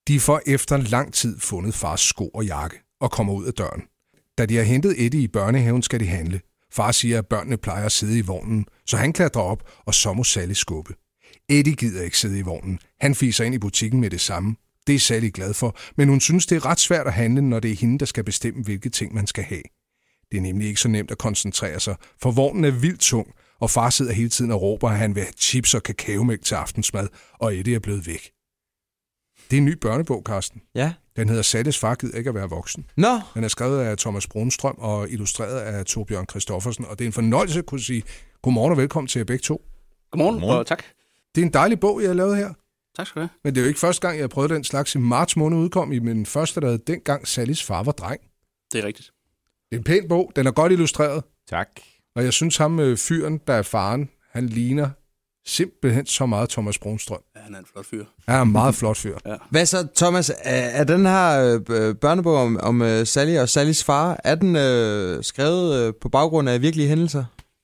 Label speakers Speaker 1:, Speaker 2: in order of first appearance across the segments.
Speaker 1: De får efter lang tid fundet fars sko og jakke og kommer ud af døren. Da de har hentet Eddie i børnehaven, skal de handle. Far siger, at børnene plejer at sidde i vognen, så han klatrer op, og så må Sally skubbe. Eddie gider ikke sidde i vognen. Han fiser ind i butikken med det samme. Det er Sally glad for, men hun synes, det er ret svært at handle, når det er hende, der skal bestemme, hvilke ting man skal have. Det er nemlig ikke så nemt at koncentrere sig, for vognen er vildt tung, og far sidder hele tiden og råber, at han vil have chips og kakaomælk til aftensmad, og Eddie er blevet væk. Det er en ny børnebog, Carsten.
Speaker 2: Ja.
Speaker 1: Den hedder Sallys far gider ikke at være voksen.
Speaker 2: Nå.
Speaker 1: Den er skrevet af Thomas Brunstrøm og illustreret af Torbjørn Christoffersen, og det er en fornøjelse at kunne sige godmorgen og velkommen til jer begge to.
Speaker 3: Godmorgen. Og tak.
Speaker 1: Det er en dejlig bog, jeg har lavet her.
Speaker 3: Tak skal du have.
Speaker 1: Men det er jo ikke første gang, jeg har prøvet den slags. I marts måned udkom i min første, der hed dengang Sallys far var dreng.
Speaker 3: Det er rigtigt.
Speaker 1: Det er en pæn bog. Den er godt illustreret.
Speaker 4: Tak.
Speaker 1: Og jeg synes ham med fyren, der er faren, han ligner simpelthen så meget Thomas Brunstrøm.
Speaker 3: Ja, han er en flot fyr.
Speaker 1: Han er en meget flot fyr.
Speaker 3: Ja.
Speaker 2: Hvad så, Thomas? Er den her børnebog om Sally og Sallys far, er den skrevet på baggrund af virkelige hændelser?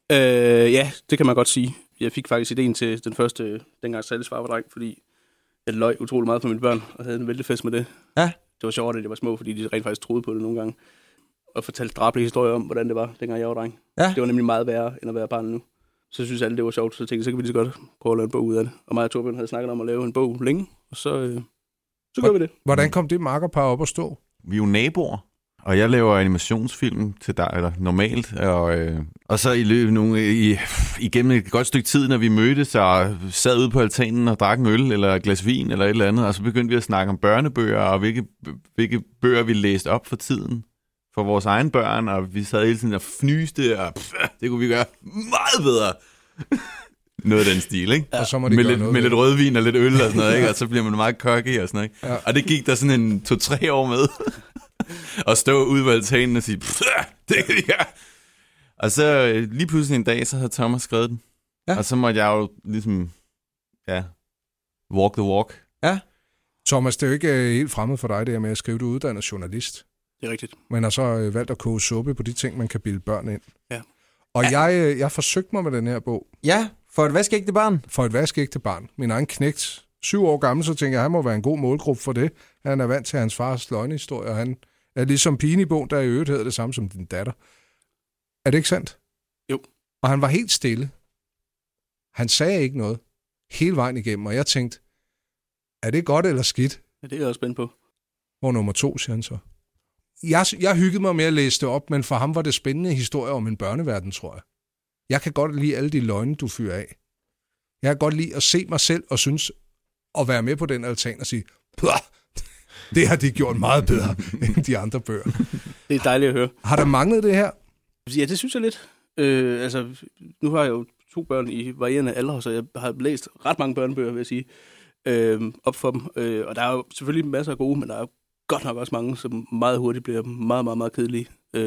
Speaker 3: Ja, det kan man godt sige. Jeg fik faktisk idéen til den første, dengang Sallys far var dreng, fordi jeg løj utrolig meget for mine børn, og havde en vældig fest med det.
Speaker 2: Ja.
Speaker 3: Det var sjovt, at det var små, fordi de rent faktisk troede på det nogle gange. Og fortalte drabelige historier om, hvordan det var, dengang jeg var dreng.
Speaker 2: Ja.
Speaker 3: Det var nemlig meget værre, end at være barn nu. Så synes alle, det var sjovt, så tænkte jeg, så kan vi lige så godt prøve at lave en bog ud af det. Og mig og Torbjørn havde snakket om at lave en bog længe, og så gør vi det.
Speaker 1: Hvordan kom det makkerpar op at stå?
Speaker 4: Vi er jo naboer, og jeg laver animationsfilm til dig, eller normalt. Og så i løbet igennem et godt stykke tid, når vi mødtes og sad ude på altanen og drak en øl eller et glas vin eller et eller andet, og så begyndte vi at snakke om børnebøger og hvilke bøger vi læste op for tiden for vores egne børn, og vi sad hele tiden og fnyste, og det kunne vi gøre meget bedre. Noget af den stil, ikke?
Speaker 1: Ja. Og så må det
Speaker 4: med lidt rødvin og lidt øl og sådan noget, ikke? Og så bliver man meget cocky og sådan noget, ikke? Ja. Og det gik der sådan en 2-3 år med. Og stå ude ved altanen og sige, det kan vi gøre. Og så lige pludselig en dag, så havde Thomas skrevet den. Ja. Og så måtte jeg jo ligesom, walk the walk.
Speaker 2: Ja.
Speaker 1: Thomas, det er jo ikke helt fremmed for dig, det her med at skrive, du uddannet journalist.
Speaker 3: Det er rigtigt.
Speaker 1: Man har så valgt at koge suppe på de ting, man kan bilde børn ind.
Speaker 3: Ja.
Speaker 1: Og jeg forsøgte mig med den her bog.
Speaker 2: Ja, for et vaskeægte barn.
Speaker 1: For et vaskeægte barn. Min egen knægt, 7 år gammel, så tænker jeg, han må være en god målgruppe for det. Han er vant til hans fars løgnehistorie, og han er ligesom pigen i bogen, der i øvrigt hedder det samme som din datter. Er det ikke sandt?
Speaker 3: Jo.
Speaker 1: Og han var helt stille. Han sagde ikke noget hele vejen igennem, og jeg tænkte, er det godt eller skidt?
Speaker 3: Ja, det er jeg også spændt på.
Speaker 1: Hvor nummer 2, siger han så. Jeg hyggede mig med at læse det op, men for ham var det spændende historie om en børneverden, tror jeg. Jeg kan godt lide alle de løgne, du fyrer af. Jeg kan godt lide at se mig selv og synes at være med på den altan og sige, det har de gjort meget bedre end de andre bøger.
Speaker 3: Det er dejligt at høre.
Speaker 1: Har der manglet det her?
Speaker 3: Ja, det synes jeg lidt. Nu har jeg jo 2 børn i varierende alder, så jeg har læst ret mange børnebøger, vil jeg sige, op for dem. Og der er jo selvfølgelig masser af gode, men der er jo godt nok også mange, som meget hurtigt bliver meget, meget, meget kedelige.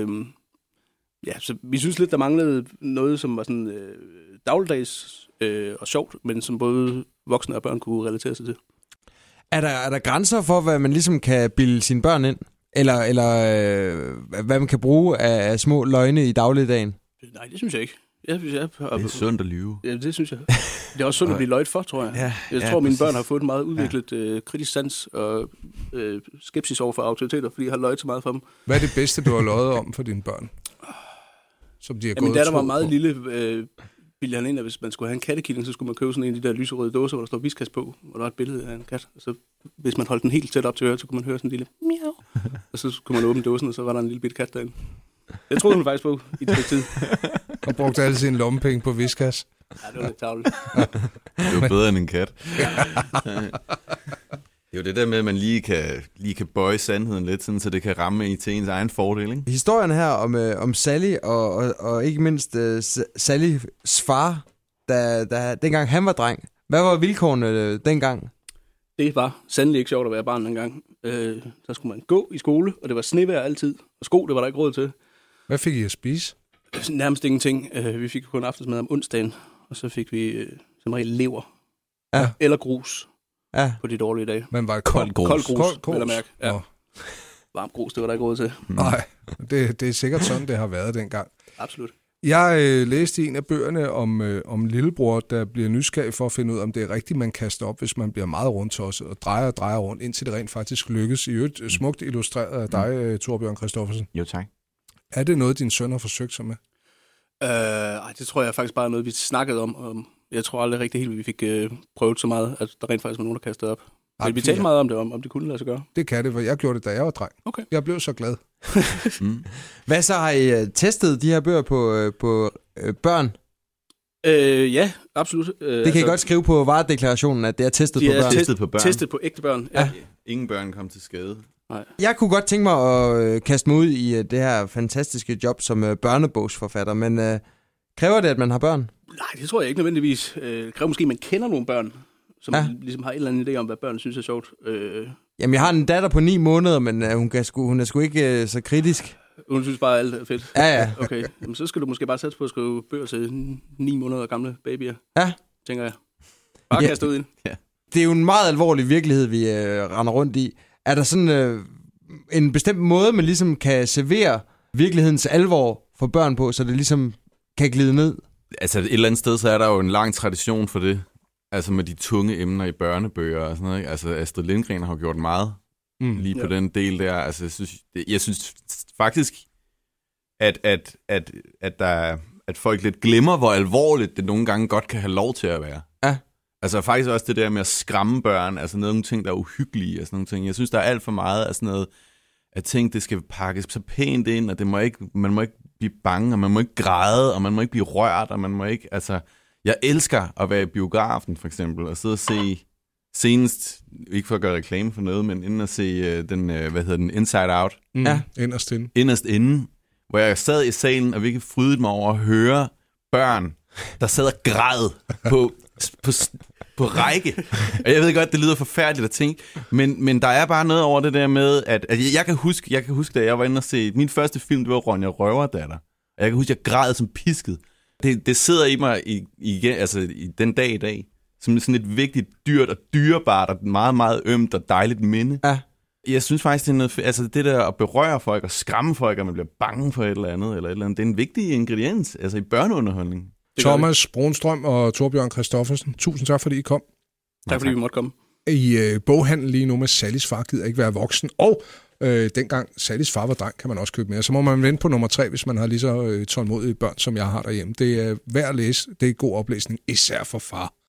Speaker 3: Så vi synes lidt, der manglede noget, som var sådan dagligdags og sjovt, men som både voksne og børn kunne relatere sig til.
Speaker 2: Er der grænser for, hvad man ligesom kan bilde sine børn ind? Eller hvad man kan bruge af små løgne i dagligdagen?
Speaker 3: Nej, det synes jeg ikke. Det
Speaker 4: er sundt at lyve.
Speaker 3: Ja, det synes jeg. Det er også sundt at blive løjet for, tror jeg. Jeg tror, mine børn har fået en meget udviklet kritisk sans og skepsis over for autoriteter, fordi jeg har løjet så meget for dem.
Speaker 1: Hvad er det bedste, du har løjet om for dine børn? Som de har gået
Speaker 3: min datter var meget lille, ville han ind, at hvis man skulle have en kattekilling, så skulle man købe sådan en af de der lyserøde dåser, hvor der står Whiskas på, og der var et billede af en kat. Og så, hvis man holdt den helt tæt op til øret, så kunne man høre sådan en lille miau. Og så kunne man åbne dåsen, og så var der en lille bitte kat derinde. Det troede hun faktisk på i det tid.
Speaker 1: Og brugte alle sine lommepenge på Whiskas.
Speaker 3: Ja, det var lidt tavligt.
Speaker 4: Det var bedre end en kat. Det er jo det der med, at man lige kan bøje sandheden lidt, sådan, så det kan ramme i til ens egen fordel, ikke?
Speaker 2: Historien her om Sally og ikke mindst Sallys far, dengang han var dreng. Hvad var vilkårene dengang?
Speaker 3: Det var sandelig ikke sjovt at være barn dengang. Der skulle man gå i skole, og det var snevejr altid. Og sko, det var der ikke råd til.
Speaker 1: Hvad fik I at spise?
Speaker 3: Nærmest ingenting. Vi fik kun aftensmad om onsdagen, og så fik vi som regel lever.
Speaker 2: Ja.
Speaker 3: Eller grus. Ja. På de dårlige dage.
Speaker 1: Men var det koldt grus?
Speaker 3: Kold grus, vil jeg mærke. Ja. Varmt grus, det var der ikke råd til.
Speaker 1: Nej, det er sikkert sådan, det har været dengang.
Speaker 3: Absolut.
Speaker 1: Jeg læste i en af bøgerne om lillebror, der bliver nysgerrig for at finde ud af, om det er rigtigt, man kaster op, hvis man bliver meget rundtosset og drejer rundt, indtil det rent faktisk lykkes. I øvrigt smukt illustreret af dig, Torbjørn Christoffersen.
Speaker 4: Jo, tak.
Speaker 1: Er det noget, din søn har forsøgt sig med?
Speaker 3: Det tror jeg faktisk bare er noget, vi snakkede om. Jeg tror aldrig rigtig helt, vi fik prøvet så meget, at der rent faktisk var nogen, der kastede op. Men vi talte meget om det, om det kunne lade sig gøre.
Speaker 1: Det kan det, for jeg gjorde det, da jeg var dreng.
Speaker 3: Okay.
Speaker 1: Jeg blev så glad.
Speaker 2: Hvad så, har I testet de her bøger på børn?
Speaker 3: Ja, absolut.
Speaker 2: Det kan I godt skrive på varedeklarationen, at det er testet på børn.
Speaker 4: Testet på børn.
Speaker 3: Testet på ægte børn.
Speaker 2: Ja.
Speaker 4: Ingen børn kom til skade.
Speaker 3: Nej.
Speaker 2: Jeg kunne godt tænke mig at kaste mig ud i det her fantastiske job som børnebogsforfatter, men kræver det, at man har børn?
Speaker 3: Nej, det tror jeg ikke nødvendigvis. Det kræver måske, at man kender nogle børn, som ligesom har en eller anden idé om, hvad børn synes er sjovt.
Speaker 2: Jamen, jeg har en datter på 9 måneder, men hun er sgu ikke så kritisk.
Speaker 3: Hun synes bare, at alt er fedt.
Speaker 2: Ja.
Speaker 3: Okay, jamen, så skal du måske bare sætte på at skrive bøger til 9 måneder gamle babyer.
Speaker 2: Ja.
Speaker 3: Tænker jeg. Bare kaste ud i.
Speaker 4: Ja.
Speaker 2: Det er jo en meget alvorlig virkelighed, vi render rundt i. Er der sådan en bestemt måde, man ligesom kan servere virkelighedens alvor for børn på, så det ligesom kan glide ned?
Speaker 4: Altså et eller andet sted, så er der jo en lang tradition for det. Altså med de tunge emner i børnebøger og sådan noget. Ikke? Altså Astrid Lindgren har gjort meget lige på den del der. Altså jeg synes faktisk, at folk lidt glemmer, hvor alvorligt det nogle gange godt kan have lov til at være.
Speaker 2: Ja.
Speaker 4: Altså faktisk også det der med at skræmme børn, altså nogle ting, der er uhyggelige og sådan nogle ting. Jeg synes, der er alt for meget af sådan noget, at ting, det skal pakkes så pænt ind, og man må ikke blive bange, og man må ikke græde, og man må ikke blive rørt, og man må ikke, altså... Jeg elsker at være i biografen, for eksempel, og sidde og se senest, ikke for at gøre reklame for noget, men inden at se den, Inside Out.
Speaker 1: Ja, inderst inde.
Speaker 4: Inderst inde, hvor jeg sad i salen og virkelig frydede mig over at høre børn, der sad og græd på række. Og jeg ved godt, det lyder forfærdeligt at tænke, men der er bare noget over det der med, at jeg kan huske, da jeg var inde og se, min første film, det var Ronja Røverdatter. Og jeg kan huske, at jeg græd som pisket. Det sidder i mig i den dag i dag, som sådan et vigtigt, dyrt og dyrebart og meget, meget ømt og dejligt minde.
Speaker 2: Ja.
Speaker 4: Jeg synes faktisk, det er noget, altså det der at berøre folk og skræmme folk, og man bliver bange for et eller andet, det er en vigtig ingrediens, altså i børneunderholdning.
Speaker 1: Thomas Brunstrøm og Torbjørn Christoffersen, tusind tak, fordi I kom.
Speaker 3: Tak, fordi vi måtte komme.
Speaker 1: I boghandel lige nu med Sallys far gider ikke være voksen, og dengang Sallys far var dreng, kan man også købe mere. Så må man vente på nummer 3, hvis man har lige så tålmodige børn, som jeg har derhjemme. Det er værd at læse, det er god oplæsning, især for far.